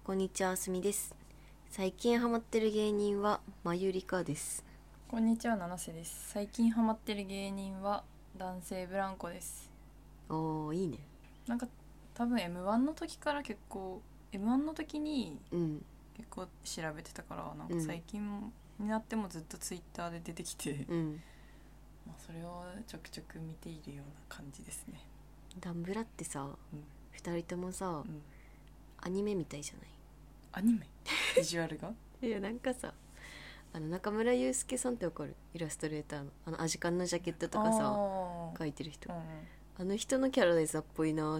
こんにちは、あすみです。最近ハマってる芸人はまゆりかです。 こんにちは、七瀬です。最近ハマってる芸人は男性ブランコです。 おー、いいね。 なんか多分 M1 の時から結構 M1 の時に結構調べてたから、なんか最近になってもずっとツイッターで出てきて、まあそれをちょくちょく見ているような感じですね。 ダンブラってさ、二人ともさ、 うん、 アニメみたいじゃない？ アニメビジュアルがいや、なんかさ、中村祐介さんってわかる？イラストレーターのアジカンのジャケットとかさ描いてる人、あの人のキャラデザっぽいな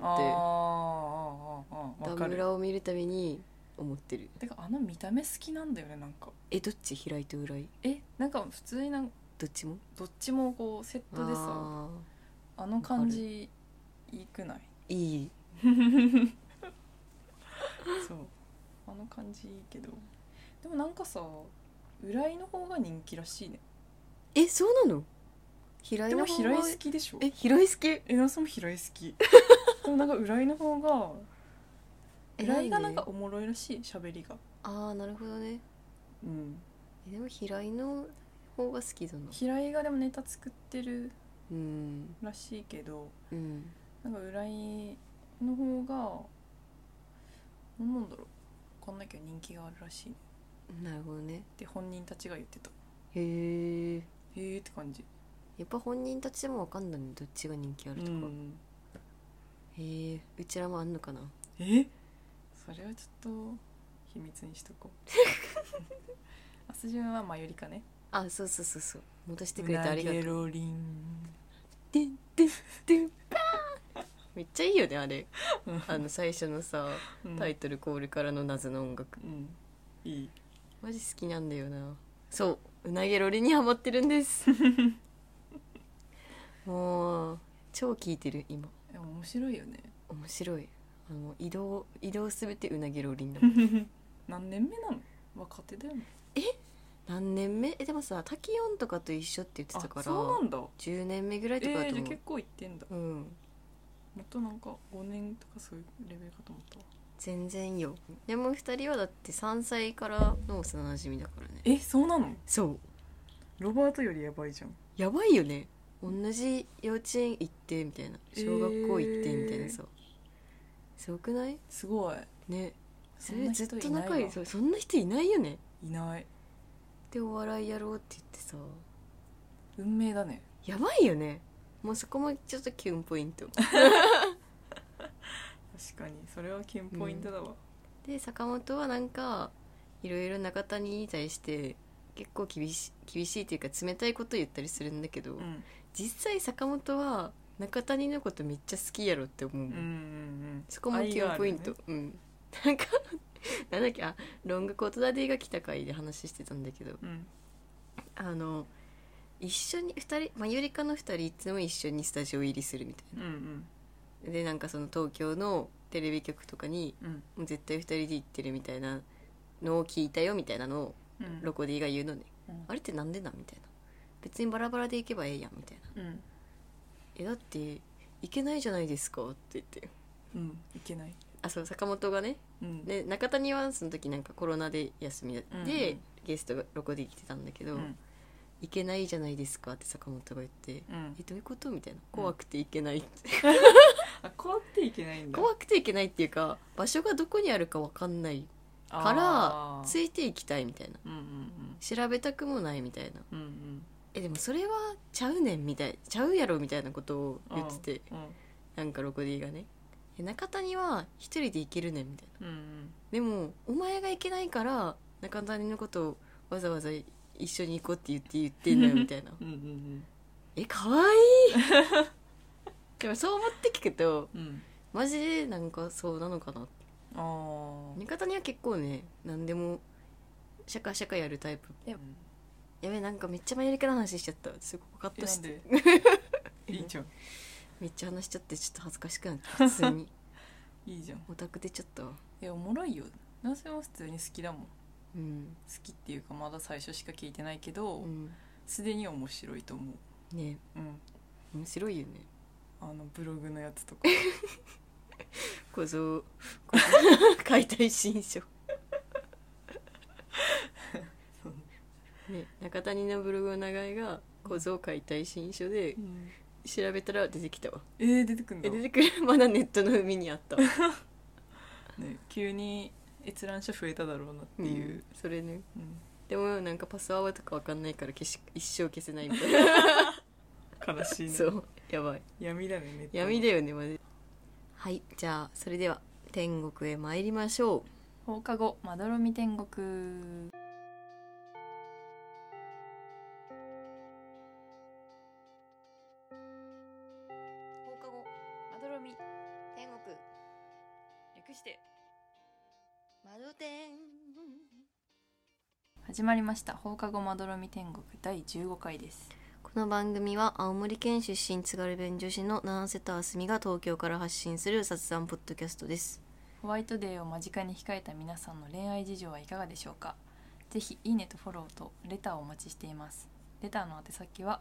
ってダンブラを見るたびに思ってる。 てかあの見た目好きなんだよね。なんかどっち？平井と浦井？ なんか普通にどっちもこうセットでさ、あの感じいいくない？ いいそうあの感じいいけど、でもなんかさ浦井の方が人気らしいね。 そうなの？平井での方がも平井好きでしょ？ 平井好き？ なさんも平井好きでもなんか浦井の方が浦井がなんかおもろいらしい、喋りが。 なるほどね。でも平井の方が好きだな。 平井がでもネタ作ってるらしいけど、なんか浦井の方が何なんだろう、こんだけ人気があるらしいね。 なるほどね。 って本人たちが言ってた。 へえって感じ。 やっぱ本人たちでも分かんないね、どっちが人気あるとか。うちらもあんのかな。 それはちょっと秘密にしとこうアスジュンはマユリカね。 そう戻してくれてありがとう。 うなげろりんでんでんでんバーンめっちゃいいよねあれ最初のさ、タイトルコールからの謎の音楽、 いい。 マジ好きなんだよな。うなげろりにハマってるんですもう超聞いてる今。 面白いよね。 面白い。移動すべてうなげろりんだもん何年目なの？若手だよね。 何年目？でもさタキヨンとかと一緒って言ってたから、 そうなんだ。 10年目ぐらいとかだと思う。 じゃあ結構いってんだ。もっとなんか5年とかそういうレベルかと思ったわ。 全然よ。でも2人はだって3歳からの幼馴染だからね。 そうなの？ そうロバートよりやばいじゃん。 やばいよね。同じ幼稚園行ってみたいな、小学校行ってみたいなさ、すごくない？ すごいね。 そんな人いないわ。 ずっと仲いい。そんな人いないよね。 いない。 でお笑いやろうって言ってさ、 運命だね。 やばいよね。もうそこもちょっとキュンポイント確かにそれはキュンポイントだわ。 で坂本はなんかいろいろ中谷に対して結構厳しいというか冷たいこと言ったりするんだけど、実際坂本は中谷のことめっちゃ好きやろって思う、そこもキュンポイント、なんかなんだっけ、ロングコートダディが来た回で話してたんだけど、一緒に2人、ゆりかの2人いつも一緒にスタジオ入りするみたいな、でなんかその東京のテレビ局とかに、もう絶対2人で行ってるみたいなのを聞いたよみたいなのを、ロコディが言うのね、あれってなんでなんみたいな、別にバラバラで行けばええやんみたいな、だって行けないじゃないですかって言って、 行けない。 そう坂本がね、で中谷はその時なんかコロナで休みで、ゲストがロコディ来てたんだけど、行けないじゃないですかって坂本が言って、どういうことみたいな、怖くて行けないって怖くて行けないんだ。 怖くて行けないっていうか、場所がどこにあるか分かんないからついていきたいみたいな、調べたくもないみたいな、でもそれはちゃうねんみたい、ちゃうやろみたいなことを言ってて、なんかロコディがね、中谷は一人で行けるねんみたいな、でもお前が行けないから中谷のことをわざわざ一緒に行こうって言ってんのよみたいなかわいいでもそう思って聞くと、マジでなんかそうなのかな。中谷は結構ね、何でもシャカシャカやるタイプ。やべ、なんかめっちゃマユリカの話しちゃった。すごくカットしていいじゃんめっちゃ話しちゃってちょっと恥ずかしくなって、普通にいいじゃん。 オタク出ちゃったわ。 おもろいよ。男性は普通に好きだもん。好きっていうかまだ最初しか聞いてないけど、すでに面白いと思うね。面白いよね。 ブログのやつとか小僧解体新書ね、中谷のブログの長いが小僧解体新書で、うん、調べたら出てきたわ。 出てくんだ。 出てくる。まだネットの海にあったわ。 ね、急に閲覧者増えただろうなっていう、うん、 それね、うん、でもなんかパスワードとか分かんないから一生消せないみたいな。 悲しいね。 そうやばい、 闇だね。 闇だよねマジ。はい、じゃあそれでは天国へ参りましょう。 放課後まどろみ天国。 放課後まどろみ天国、略してまど天。 始まりました。放課後まどろみ天国第15回です。 この番組は青森県出身津軽弁女子の七瀬とあすみが東京から発信する雑談ポッドキャストです。 ホワイトデーを間近に控えた皆さんの恋愛事情はいかがでしょうか。ぜひいいねとフォローとレターをお待ちしています。レターの宛先は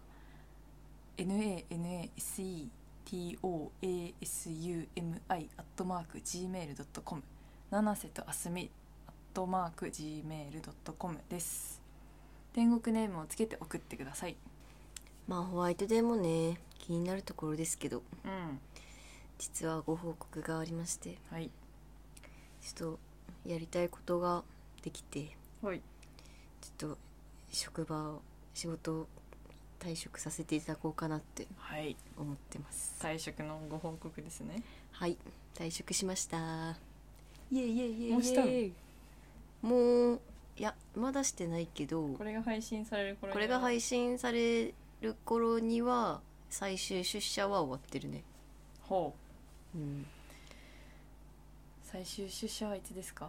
nanasetosumi@gmail.com 七瀬とあすみ@gmail.com です。天国ネームをつけて送ってください。 まあホワイトデーもね気になるところですけど、 うん、 実はご報告がありまして、 はい、 ちょっとやりたいことができて、 はい、 ちょっと仕事を退職させていただこうかなって思ってます、 はい、退職のご報告ですね。 はい、退職しました。イエイイエイイエイ。 もうしたの？ もういやまだしてないけど、 これが配信される頃には最終出社は終わってるね。 ほう、うん、 最終出社はいつですか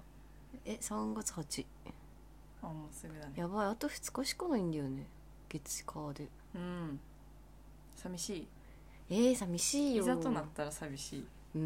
？3月8。 あ、もうすぐだね。 やばい、あと2日しかないんだよね、月火で。 うん、寂しい。寂しいよ。 いざとなったら寂しい。 うん、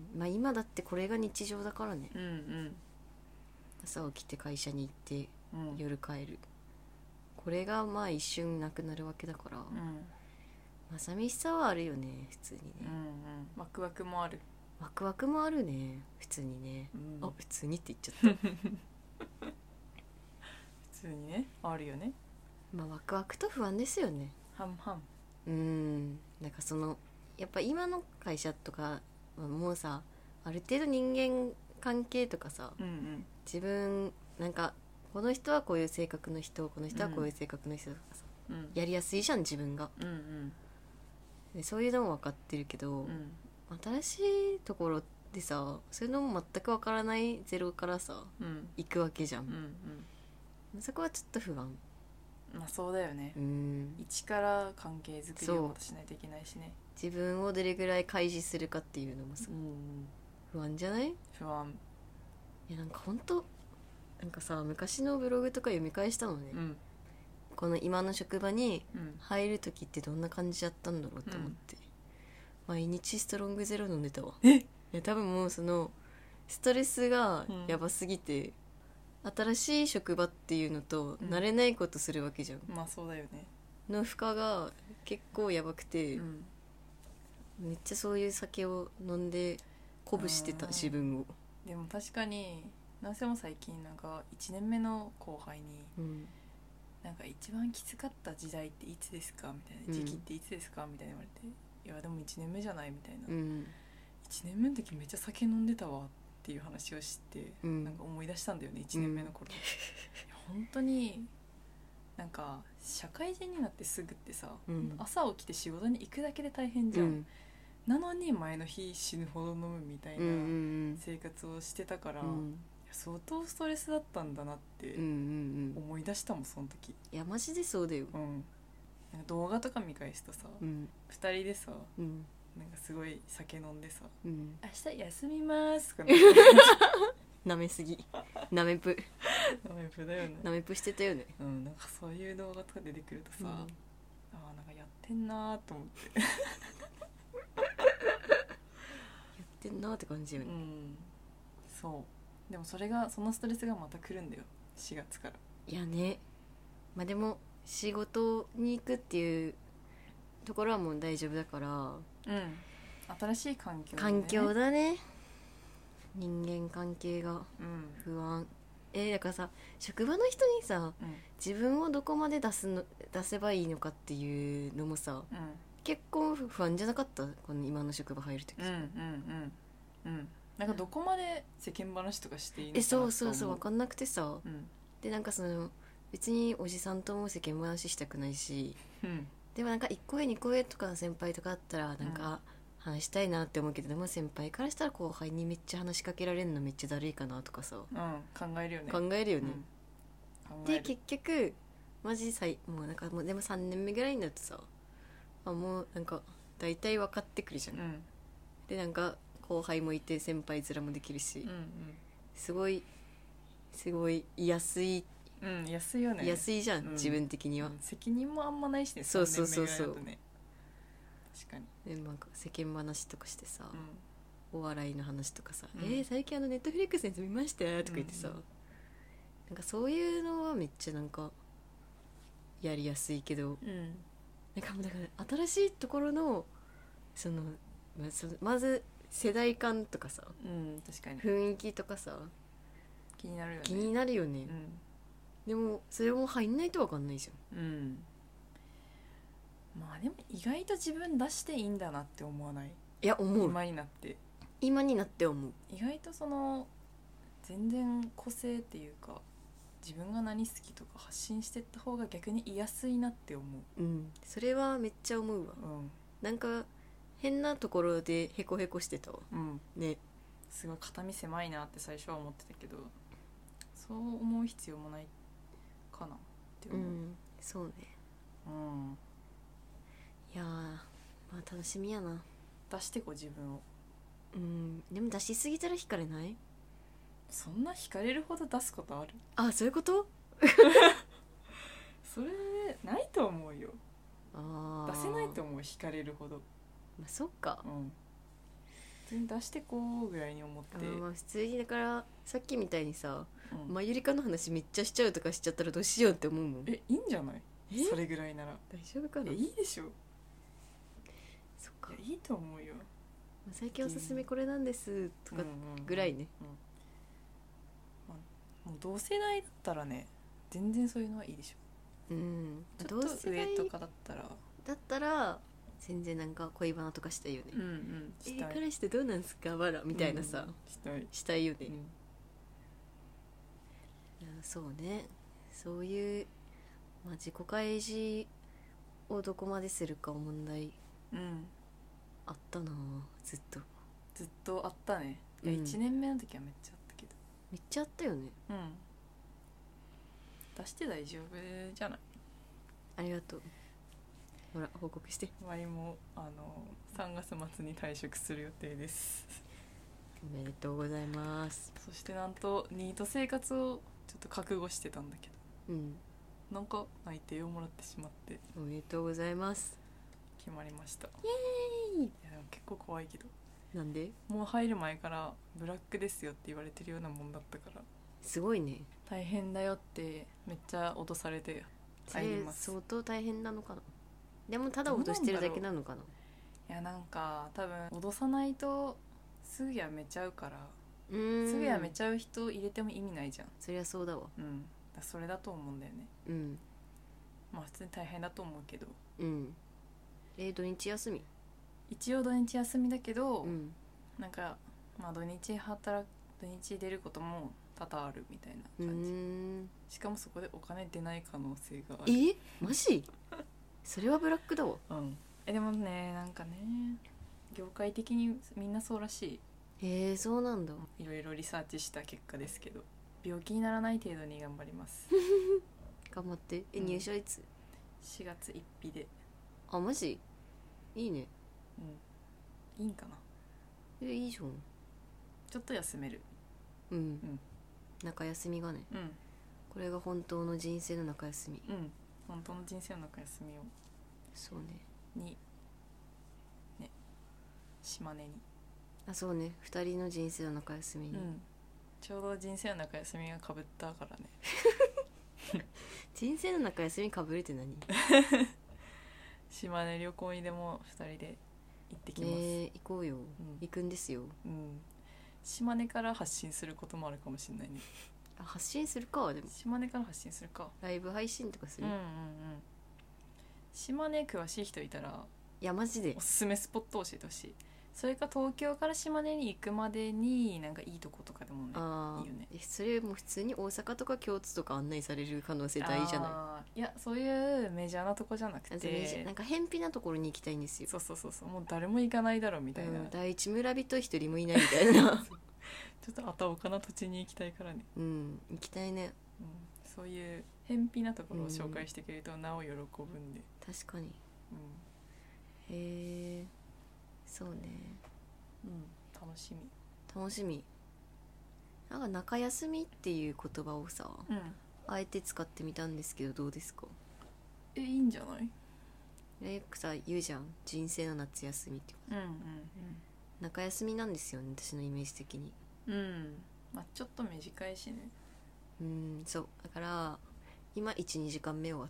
まあ今だってこれが日常だからね。 うんうん。 朝起きて会社に行って、 うん、 夜帰る。これがまあ一瞬なくなるわけだから、 うん、 まあ寂しさはあるよね普通にね。 うんうん、ワクワクもある。 ワクワクもあるね普通にね、 うん、 普通にって言っちゃった。 普通にね、あるよね。 まあワクワクと不安ですよね。 半々。 なんかやっぱ今の会社とかもうさ、ある程度人間関係とかさ、 うんうん、 自分なんかこの人はこういう性格の人、この人はこういう性格の人とかさ、うん、やりやすいじゃん自分が、 うんうん、 でそういうのも分かってるけど、 うん、 新しいところでさそういうのも全く分からないゼロからさ、 うん、 行くわけじゃん、 うんうん、 そこはちょっと不安。 まあそうだよね、一から関係づくりをまたしないといけないしね。 自分をどれぐらい開示するかっていうのもさ、不安じゃない？ 不安。 いやなんかほんとなんかさ、昔のブログとか読み返したのね、この今の職場に入る時ってどんな感じだったんだろうと思って、毎日ストロングゼロ飲んでたわ。いや多分もうそのストレスがやばすぎて、新しい職場っていうのと慣れないことするわけじゃん、 まあそうだよね。 の負荷が結構やばくて、めっちゃそういう酒を飲んで鼓舞してた自分を。 でも確かになんせも最近なんか1年目の後輩に、なんか一番きつかった時代っていつですかみたいな、時期っていつですかみたいな言われて、いやでも1年目じゃないみたいな、1年目の時めっちゃ酒飲んでたわっていう話をして、なんか思い出したんだよね1年目の頃、本当になんか社会人になってすぐってさ、朝起きて仕事に行くだけで大変じゃん、なのに前の日死ぬほど飲むみたいな生活をしてたから、相当ストレスだったんだなって思い出したもんその時。 いやマジでそうだよ、 なんか動画とか見返すとさ、2人でさ、なんかすごい酒飲んでさ、明日休みますとかなめすぎなめぷなめぷだよね。 なめぷしてたよね。 なんかそういう動画とか出てくるとさ、なんかやってんなと思ってやってんなって感じよね。 そうでもそのストレスがまた来るんだよ4月から。 いやね、まあでも仕事に行くっていうところはもう大丈夫だから、 新しい環境だね、人間関係が不安、 だからさ職場の人にさ、自分をどこまで出せばいいのかっていうのもさ、結構不安じゃなかった？この今の職場入るとき。 なんかどこまで世間話とかしていいのかなと思う。そう分かんなくてさ、でなんかその別におじさんとも世間話したくないし、でもなんか1個上2個上とかの先輩とかだったらなんか話したいなって思うけど、でも先輩からしたら後輩にめっちゃ話しかけられるのめっちゃだるいかなとかさ、 考えるよね。 考えるよね、で結局マジもうなんかもうでも3年目ぐらいになるとさ、もうなんか大体分かってくるじゃん、でなんか後輩もいて先輩面もできるし、すごい安い、 安いよね。 安いじゃん、自分的には、 責任もあんまないしね。 そう確かに。 でなんか世間話とかしてさ、お笑いの話とかさ、最近ネットフリックスのやつ見ましたとか言ってさ、なんかそういうのはめっちゃなんかやりやすいけど、なんかもうだから新しいところのまず世代間とかさ、 確かに雰囲気とかさ気になるよね。 気になるよね、でもそれも入んないと分かんないじゃん。 まあでも意外と自分出していいんだなって思わない？ いや思う。今になって思う。 意外とその全然個性っていうか自分が何好きとか発信してった方が逆に居やすいなって思う。 それはめっちゃ思うわ。なんか変なところでヘコヘコしてたわ。ね。 すごい肩身狭いなって最初は思ってたけど、そう思う必要もないかなって思う。 そうね。いやー、まあ楽しみやな。 出してこ自分を。 でも出しすぎたら惹かれない？ そんな惹かれるほど出すことある？ そういうこと？ それないと思うよ。出せないと思う、惹かれるほど。 そっか。 普通に出してこうぐらいに思って。 普通にだからさっきみたいにさ、マユリカの話めっちゃしちゃうとかしちゃったらどうしようって思うもん。 いいんじゃない？それぐらいなら大丈夫かな？ いいでしょ。 そっか。 いいと思うよ。 最近おすすめこれなんですとかぐらいね。 もう同世代だったらね全然そういうのはいいでしょ。ちょっと上とかだったら全然なんか恋バナとかしたいよね。 したい。 彼氏ってどうなんすかわらみたいなさ、したいよね。そうね。そういう自己開示をどこまでするか問題あったな。ずっとあったね。1年目の時はめっちゃあったけど。 めっちゃあったよね。 出して大丈夫じゃない？ ありがとう。ほら報告して。 ワイも3月末に退職する予定です。 おめでとうございます。 そしてなんとニート生活をちょっと覚悟してたんだけど、なんか内定をもらってしまって。 おめでとうございます。 決まりました。 イエーイ。 いやでも結構怖いけど。 なんで？ もう入る前からブラックですよって言われてるようなもんだったから。 すごいね。 大変だよってめっちゃ脅されて入ります。 相当大変なのかな。でもただ脅してるだけなのかな。 いやなんか多分脅さないとすぐ辞めちゃうから、すぐ辞めちゃう人入れても意味ないじゃん。 そりゃそうだわ。 それだと思うんだよね。まあ普通に大変だと思うけど。 土日休み？ 一応土日休みだけど、なんかまあ土日出ることも多々あるみたいな感じ。しかもそこでお金出ない可能性がある。 マジ？それはブラックだわ。 でもねなんかね業界的にみんなそうらしい。そうなんだ。 いろいろリサーチした結果ですけど、病気にならない程度に頑張ります。 頑張って。入社いつ ？4月1日で。 マジ？いいね。 いいんかな。 いいじゃん。 ちょっと休める。 中休みがね。これが本当の人生の中休み。 本当の人生の中休みを。 そうね。 島根に。 そうね。2人の人生の中休みに。 ちょうど人生の中休みがかぶったからね。 人生の中休みかぶるって何？ 島根旅行にでも2人で行ってきます。 行こうよ。行くんですよ。 島根から発信することもあるかもしれないね。 発信するか。でも島根から発信するか。 ライブ配信とかする。 島根詳しい人いたら、 いやマジでおすすめスポット教えてほしい。それか東京から島根に行くまでになんかいいとことかでもね、いいよね。 それも普通に大阪とか京都とか案内される可能性大じゃない。 いやそういうメジャーなとこじゃなくて、 なんか偏僻なところに行きたいんですよ。 そうもう誰も行かないだろうみたいな、 第一村人一人もいないみたいなちょっとあたおかな土地に行きたいからね。 行きたいね。 そういう偏僻なところを紹介してくれるとなお喜ぶんで。 確かに。へえ、そうね。 楽しみ。なんか中休みっていう言葉をさ、あえて使ってみたんですけど、どうですか？ いいんじゃない？ よくさ言うじゃん、人生の夏休みって。中休みなんですよね、私のイメージ的に。 まあちょっと短いしね。 そうだから今 1,2 時間目終わって、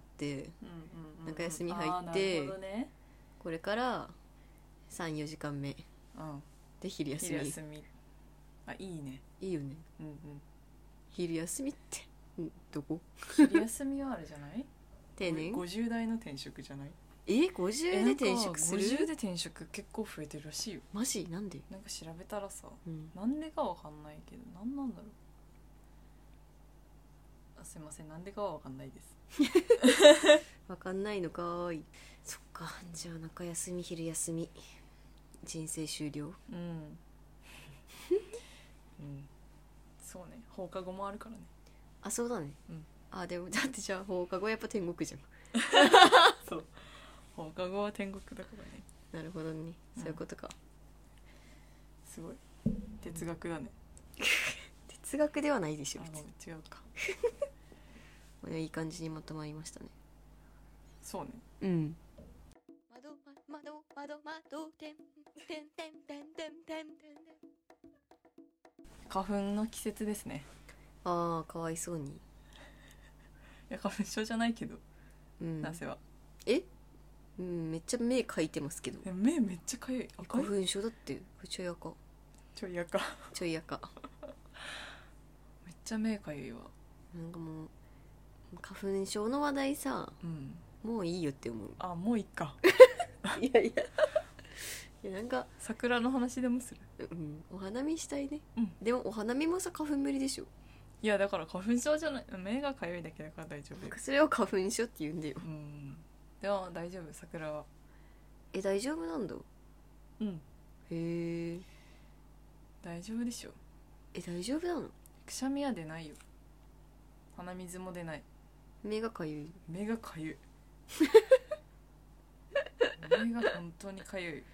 中休み入って、なるほどね、これから3,4 時間目、で昼休み。 いいね。 いいよね。昼休みってどこ？ 昼休みはあれじゃない？ 定年 50代の転職じゃない ？50で転職する ？50で転職結構増えてるらしいよ。 マジ？なんで？ なんか調べたらさ、なんでかわかんないけど、なんなんだろう。すいません、なんでかはわかんないです。 わかんないのかーい。そっか、じゃあ中休み昼休み人生終了。 そうね、放課後もあるからね。 そうだね。でもだってじゃあ放課後やっぱ天国じゃん。 そう放課後は天国だからね。 なるほどね、そういうことか。 すごい哲学だね。 哲学ではないでしょ。 違うか。 いい感じにまとまりましたね。 そうね。花粉の季節ですね。 かわいそうに。いや花粉症じゃないけど、なぜはめっちゃ目かいてますけど。 目めっちゃかゆい。 花粉症だって。ちょい赤ちょい赤めっちゃ目かゆいわ。 なんかもう花粉症の話題さ、もういいよって思う。 もういいか。 いやなんか桜の話でもする。 お花見したいね。でもお花見もさ花粉無理でしょ。 いやだから花粉症じゃない、目がかゆいだけだから大丈夫。 それを花粉症って言うんだよ。 でも大丈夫、桜は。 大丈夫なんだ。へえ、 大丈夫でしょ。 大丈夫なの？ くしゃみは出ないよ。鼻水も出ない。 目がかゆい。 目がかゆい。目が本当にかゆい。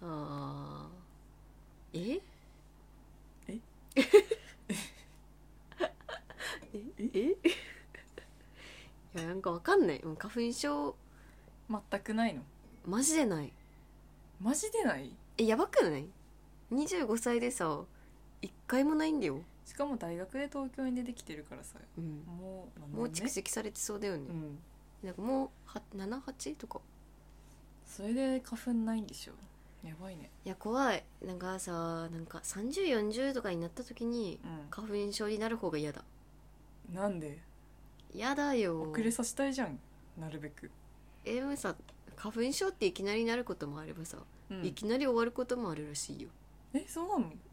いやなんかわかんない。もう花粉症全くないの？ マジでない。 マジでない？ やばくない？ 25 歳でさ1回もないんだよ。 しかも大学で東京に出てきてるからさ、 もう蓄積されてそうだよね。なんかもう7、8とか。それで花粉ないんでしょ。やばいね。いや怖い。なんかさ、なんか30、40とかになった時に花粉症になる方が嫌だ。なんで？嫌だよ。遅れさせたいじゃん、なるべく。でもさ、花粉症っていきなりなることもあればさ、いきなり終わることもあるらしいよ。そうなの？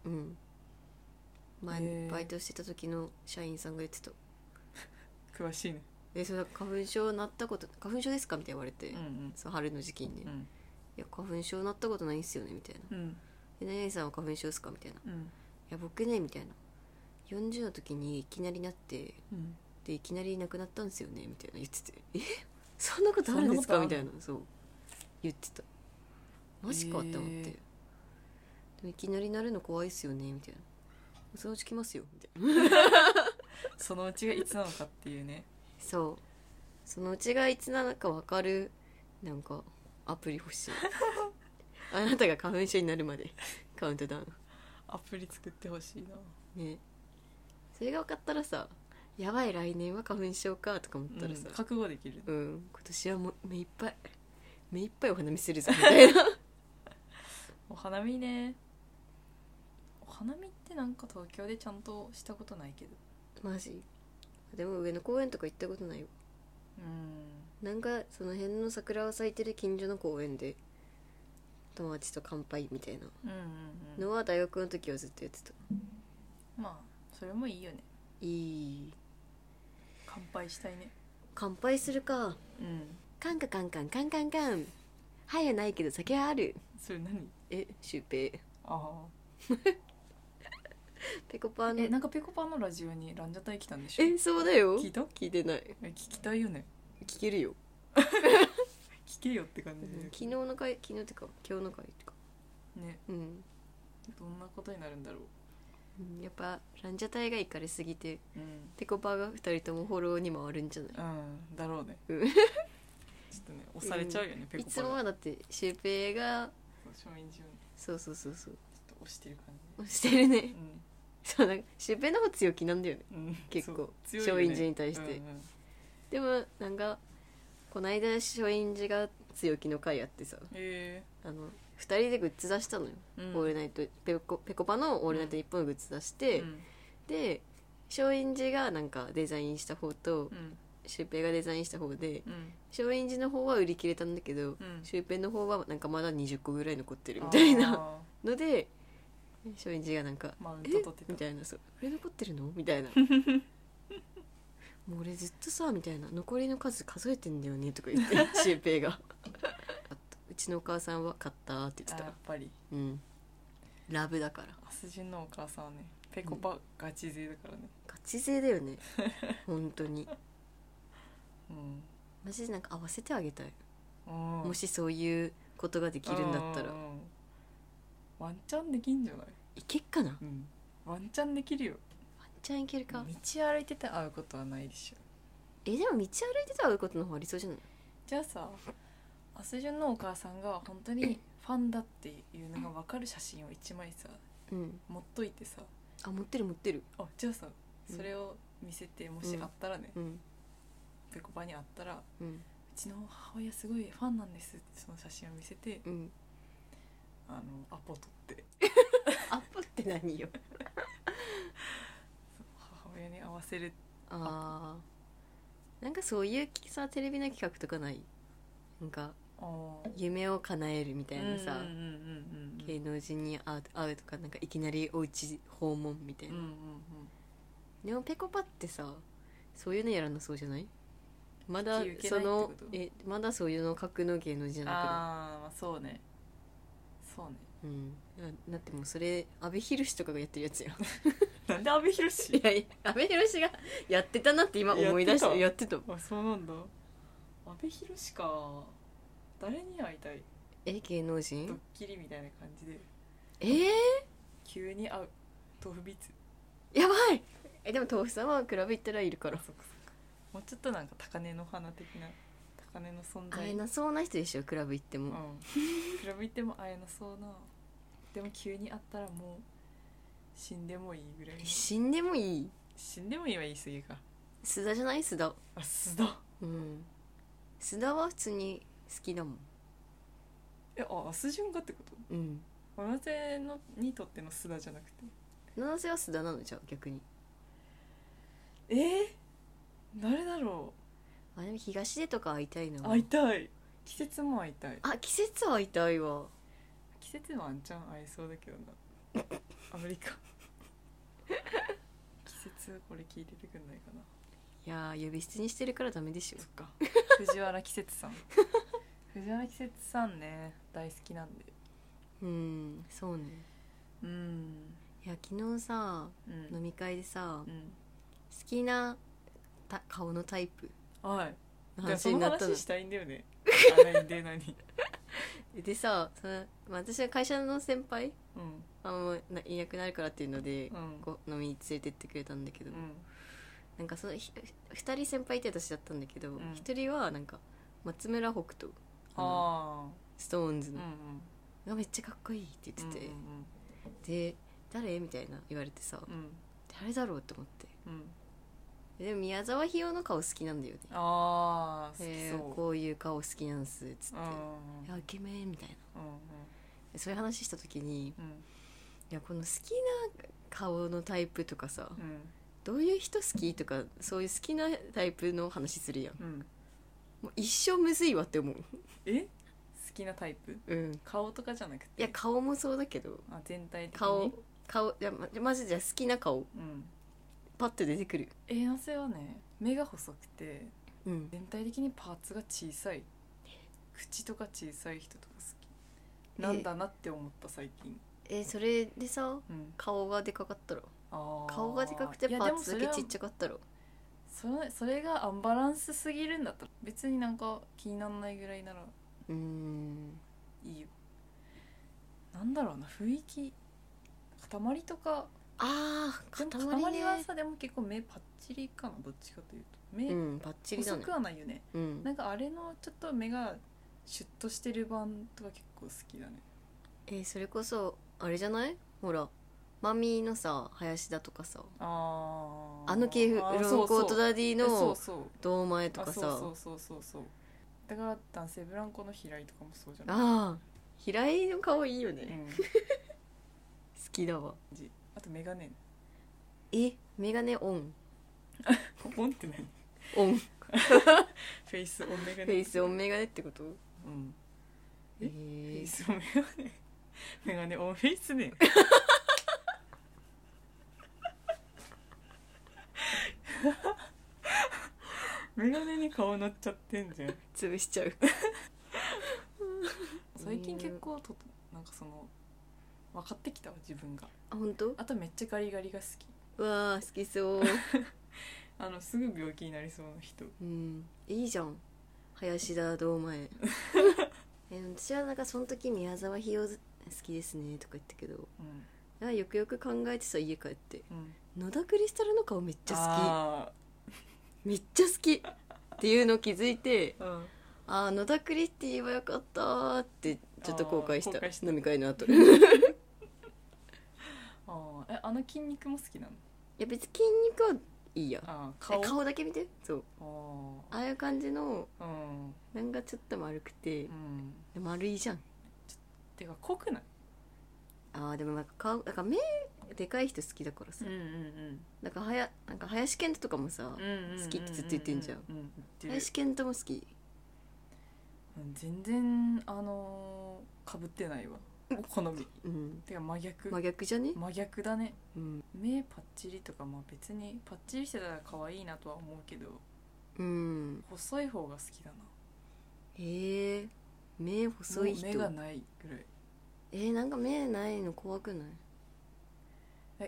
前バイトしてた時の社員さんが言ってた。詳しいね。それ花粉症なったこと、花粉症ですかみたいな言われて、そう春の時期にね、いや花粉症なったことないんすよねみたいな。何々さんは花粉症ですかみたいな。いや僕ねみたいな。40の時にいきなりなって、でいきなりいなくなったんですよねみたいな言ってて、そんなことあるんですかみたいな、そう言ってた。マジかって思って、でもいきなりなるの怖いっすよねみたいな。そのうち来ますよみたいな。そのうちがいつなのかっていうね。そう、そのうちがいつなのか分かるなんかアプリ欲しい。あなたが花粉症になるまでカウントダウンアプリ作ってほしいな。ね、それが分かったらさ、やばい来年は花粉症かとか思ったらさ、覚悟できる。今年はもう目いっぱいお花見するぞみたいな。お花見ね。お花見ってなんか東京でちゃんとしたことないけど。 マジでも上野公園とか行ったことないよ。なんかその辺の桜が咲いてる近所の公園で友達と乾杯みたいなのは大学の時はずっとやってた。 まあそれもいいよね。 いい。 乾杯したいね。 乾杯するか。カンカカンカンカンカンカン。はいはないけど酒はある。 それ何？ シュウペイ。 ああペコパン。 なんかペコパンのラジオにランジャタイ来たんでしょ？ そうだよ。 聞いた？ 聞いてない。 聞きたいよね。 聞けるよ。 聞けよって感じで、 昨日の回、昨日ってか今日の回ってかね。どんなことになるんだろう。やっぱランジャタイが行かれすぎて、ペコパが2人ともフォローに回るんじゃない？ だろうね。ちょっとね押されちゃうよね、ペコパが。いつもはだってシュウペイが松陰寺をね。 そうちょっと押してる感じ。 押してるね。そうなんかシュウペイの方強気なんだよね。結構松陰寺に対して。でもなんかこの間松陰寺が強気の回あってさ、2人でグッズ出したのよ。オールナイトペコパのオールナイト日本のグッズ出して、で松陰寺がなんかデザインした方と、シュウペイがデザインした方で、松陰寺の方は売り切れたんだけど、シュウペイの方はなんかまだ20個ぐらい残ってるみたいなので、松陰寺がなんかマウント取ってたみたいな、そうこれ残ってるのみたいなもう俺ずっとさみたいな残りの数数えてんだよねとか言ってシュウペイがうちのお母さんは買ったって言ってた。 やっぱりラブだから。 アスジュンのお母さんはねペコパガチ勢だからね。 ガチ勢だよね本当に。マジでなんか合わせてあげたい。もしそういうことができるんだったらワンチャンできんじゃない？ いけっかな。 ワンチャンできるよ。 ワンチャンいけるか。 道歩いてて会うことはないでしょ。 でも道歩いてて会うことの方がありそうじゃない？ じゃあさ、アスジュンのお母さんが本当にファンだっていうのが分かる写真を1枚さ、持っといてさ。 持ってる。 じゃあさ、それを見せて、もしあったらね、ペコパに会ったら、うちの母親すごいファンなんですってその写真を見せて、アポ取ってアポって何よ母親に合わせる。 なんかそういうさテレビの企画とかない？なんか夢を叶えるみたいなさ、芸能人に会うとか、なんかいきなりお家訪問みたいな、でもペコパってさそういうのやらなそうじゃない？まだまだそういうの格の芸能人じゃなくて。そうねだってもうそれ阿部寛とかがやってるやつよなんで阿部寛？ いや阿部寛がやってたなって今思い出した。やってた。 そうなんだ。阿部寛か。誰に会いたい？ 芸能人？ ドッキリみたいな感じで急に会う。豆腐ビーツやばい。でも豆腐さんはクラブ行ったらいるから。 そっかもうちょっとなんか高嶺の花的な、高嶺の存在。 会えなそうな人でしょクラブ行っても。 クラブ行っても会えなそうな。でも急に会ったらもう死んでもいいぐらい。 死んでもいいは言い過ぎか。 須田じゃない？須田。 須田。 須田は普通に好きだもん。 アスジュンがってこと？七瀬のにとっての須田じゃなくて。 七瀬は須田なのじゃあ逆に。 誰だろう。でも東出とか会いたいな。 会いたい。季節も会いたい。 季節会いたいわ。 季節はワンチャン会えそうだけどなアメリカ季節これ聞いててくんないかな。 いや呼び捨てにしてるからダメでしょ。 そっか藤原季節さん藤原季節さんね大好きなんで。 そうね。いや昨日さ、飲み会でさ、好きな顔のタイプ話になったの。その話したいんだよね何でさ私は会社の先輩、もういなくなるからっていうので、飲みに連れてってくれたんだけど、なんかその2人先輩って私だったんだけど、1人はなんか松村北斗、ストーンズの、がめっちゃかっこいいって言ってて、で誰みたいな言われてさ、誰だろうって思って、でも宮沢ひよの顔好きなんだよね。 好きそう。 こういう顔好きなんすっつって、イケメンみたいな、そういう話した時に、いやこの好きな顔のタイプとかさ、 どういう人好きとかそういう好きなタイプの話するやん、もう一生むずいわって思う。 好きなタイプ、顔とかじゃなくて。 いや顔もそうだけど、 全体的に顔じゃまずじゃあ好きな顔、パッと出てくる。 男性はね、目が細くて、全体的にパーツが小さい、口とか小さい人とか好きなんだなって思った最近。 それでさ、顔がでかかったら、顔がでかくてパーツだけちっちゃかったら、 それがアンバランスすぎるんだったら別になんか気にならないぐらいならいいよ。なんだろうな、雰囲気、塊とか。塊はさ、でも結構目パッチリかな、どっちかというと目、 パッチリだね。 細くはないよね、なんかあれのちょっと目がシュッとしてる版とか結構好きだね。 それこそあれじゃない、ほらマミーのさ林田とかさ、あの系フロンコートダディの堂前とかさ、 そうだから男性ブランコの平井とかもそうじゃない。 平井の顔いいよね、好きだわ。 あとメガネ。 メガネオンオンって何？ オンフェイスオンメガネ。 フェイスオンメガネってこと？ フェイスオンメガネ。メガネオンフェイスね。メガネに顔なっちゃってんじゃん。 潰しちゃう。 最近結構なんかその分かってきたわ自分が。 本当？ あとめっちゃガリガリが好き。 うわー好きそう。 すぐ病気になりそうな人。 いいじゃん林田堂前。私はなんかその時宮沢ひよ好きですねとか言ったけど、よくよく考えてさ家帰って、野田クリスタルの顔めっちゃ好き、めっちゃ好きっていうのを気づいて、野田クリって言えばよかったってちょっと後悔した。飲み会の後。 あの筋肉も好きなの？ いや別に筋肉はいいや。顔だけ見て。そうああいう感じの、なんかちょっと丸くて、丸いじゃん。 てか濃くない？ でもなんか目でかい人好きだからさ、なんか林遣都とかもさ、好きってずっと言ってんじゃん。林遣都も好き。 全然かぶってないわ好み。てか真逆じゃね？ 真逆だね。目パッチリとか、別にパッチリしてたら可愛いなとは思うけど、細い方が好きだな。 目細い人。 目がないぐらい。 なんか目ないの怖くない？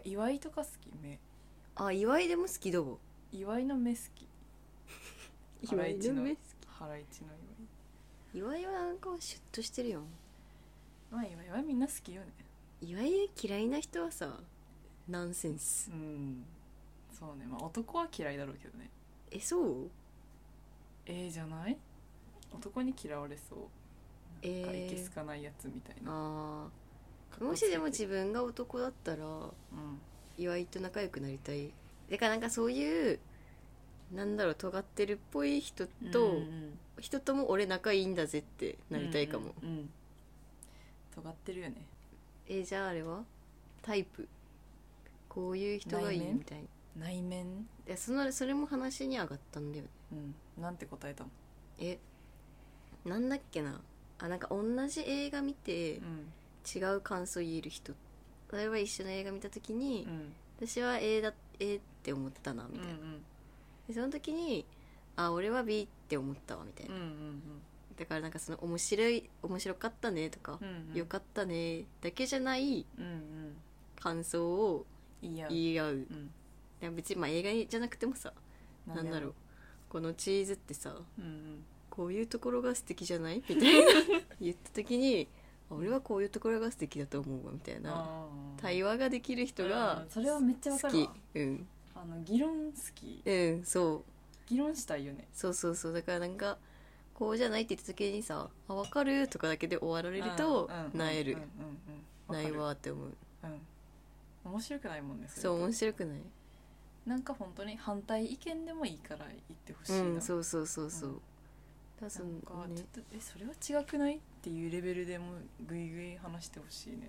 岩井とか好き。目岩井でも好きだわ。 岩井の目好き。 岩井の目好き。 ハライチの岩井はなんかシュッとしてるよ。 岩井はみんな好きよね。 岩井嫌いな人はさナンセンス。 そうね。男は嫌いだろうけどね。 そう？ じゃない？男に嫌われそう。いけすかないやつみたいな。 もしでも自分が男だったら、岩井と仲良くなりたい。だからなんかそういうなんだろう尖ってるっぽい人とも俺仲いいんだぜってなりたいかも。 尖ってるよね。 じゃああれはタイプこういう人がいいみたいな。内面？ いやそれも話に上がったんだよね。 なんて答えたの？ なんだっけな。なんか同じ映画見て、違う感想言える人。例えば一緒の映画見た時に、私は A って思ったなみたいな、でその時に俺は B って思ったわみたいな、だからなんかその面白かったねとか、よかったねだけじゃない、感想を言い合う、別に映画じゃなくてもさ、なんだろうこのチーズってさ、こういうところが素敵じゃないみたいな言った時に俺はこういうところが素敵だと思うわみたいな対話ができる人がそれはめっちゃわかるわ。 好き。 議論好き。 そう議論したいよね。 そうだからなんかこうじゃないって言った時にさ分かるとかだけで終わられるとなえる。ないわって思う。 面白くないもんね。 そう面白くない。 なんか本当に反対意見でもいいから言ってほしいな。 そう、 なんかちょっとそれは違くないっていうレベルでもぐいぐい話してほしいね。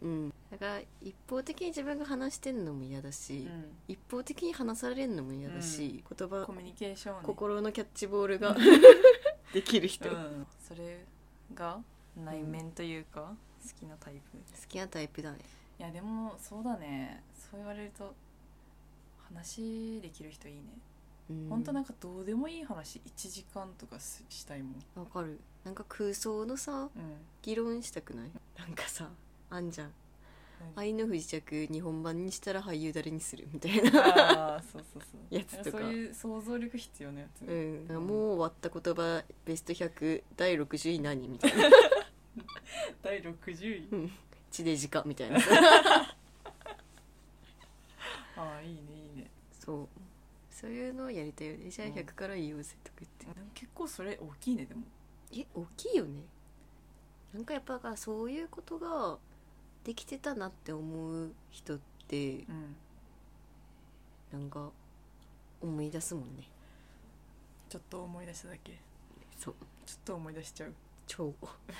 だから一方的に自分が話してんのも嫌だし、一方的に話されるのも嫌だし、言葉コミュニケーション、 心のキャッチボールができる人、 それが内面というか、好きなタイプ。 好きなタイプだね。 いやでもそうだね、そう言われると話できる人いいね。ほんとなんかどうでもいい話1時間とかしたいもん。 わかる。なんか空想のさ、議論したくない？なんかさあんじゃん、愛の不時着日本版にしたら俳優誰にするみたいなあそうそうそうやつとか、 そういう想像力必要なやつ、 ね、もう終わった言葉ベスト100第60位何みたいな第60位、 地デジかみたいなああいいねいいね。 そういうのをやりたいよね。じゃあ100から言おうぜとか言って、 結構それ大きいね。でも大きいよね。なんかやっぱそういうことができてたなって思う人って、なんか思い出すもんね。 ちょっと思い出しただけ。 そうちょっと思い出しちゃう。 超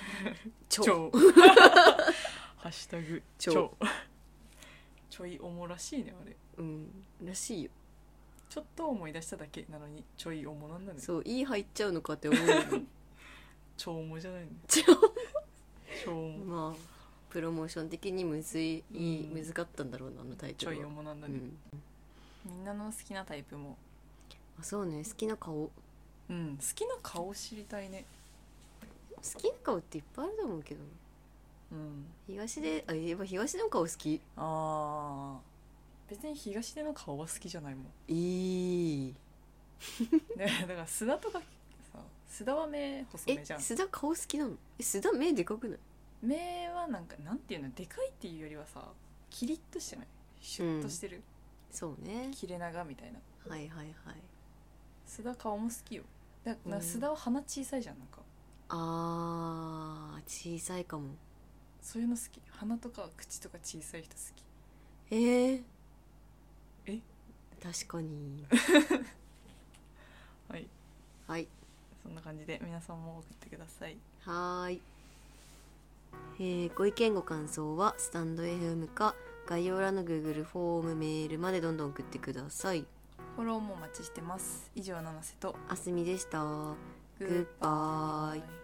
ハッシュタグ超ちょいおもらしいねあれ。 らしいよ。 ちょっと思い出しただけなのにちょいおもなんだね。 そういい入っちゃうのかって思うよね超おもじゃないね。超おも。 まあプロモーション的に難かったんだろうな、あのタイトルは。 ちょいおもなんだね、みんなの好きなタイプも。 そうね、好きな顔。 好きな顔知りたいね。 好きな顔っていっぱいあると思うけど、東で東の顔好き。 別に東出の顔は好きじゃないもん。 ね、 だから須田とかさ、須田は目細めじゃん。 須田顔好きなの？須田目でかくない？ 目はなんかなんていうの、でかいっていうよりはさ、キリッとしてない、シュッとしてる、 そうね、 切れ長みたいな。 はいはいはい。 須田顔も好きよ。だから須田は鼻小さいじゃん。なんか小さいかも。 そういうの好き。鼻とか口とか小さい人好き。 確かにはいそんな感じで皆さんも送ってください。 はい、ご意見ご感想はスタンド FM か概要欄の Google フォームメールまでどんどん送ってください。 フォローもお待ちしてます。以上、七瀬とあすみでした。グッバイ。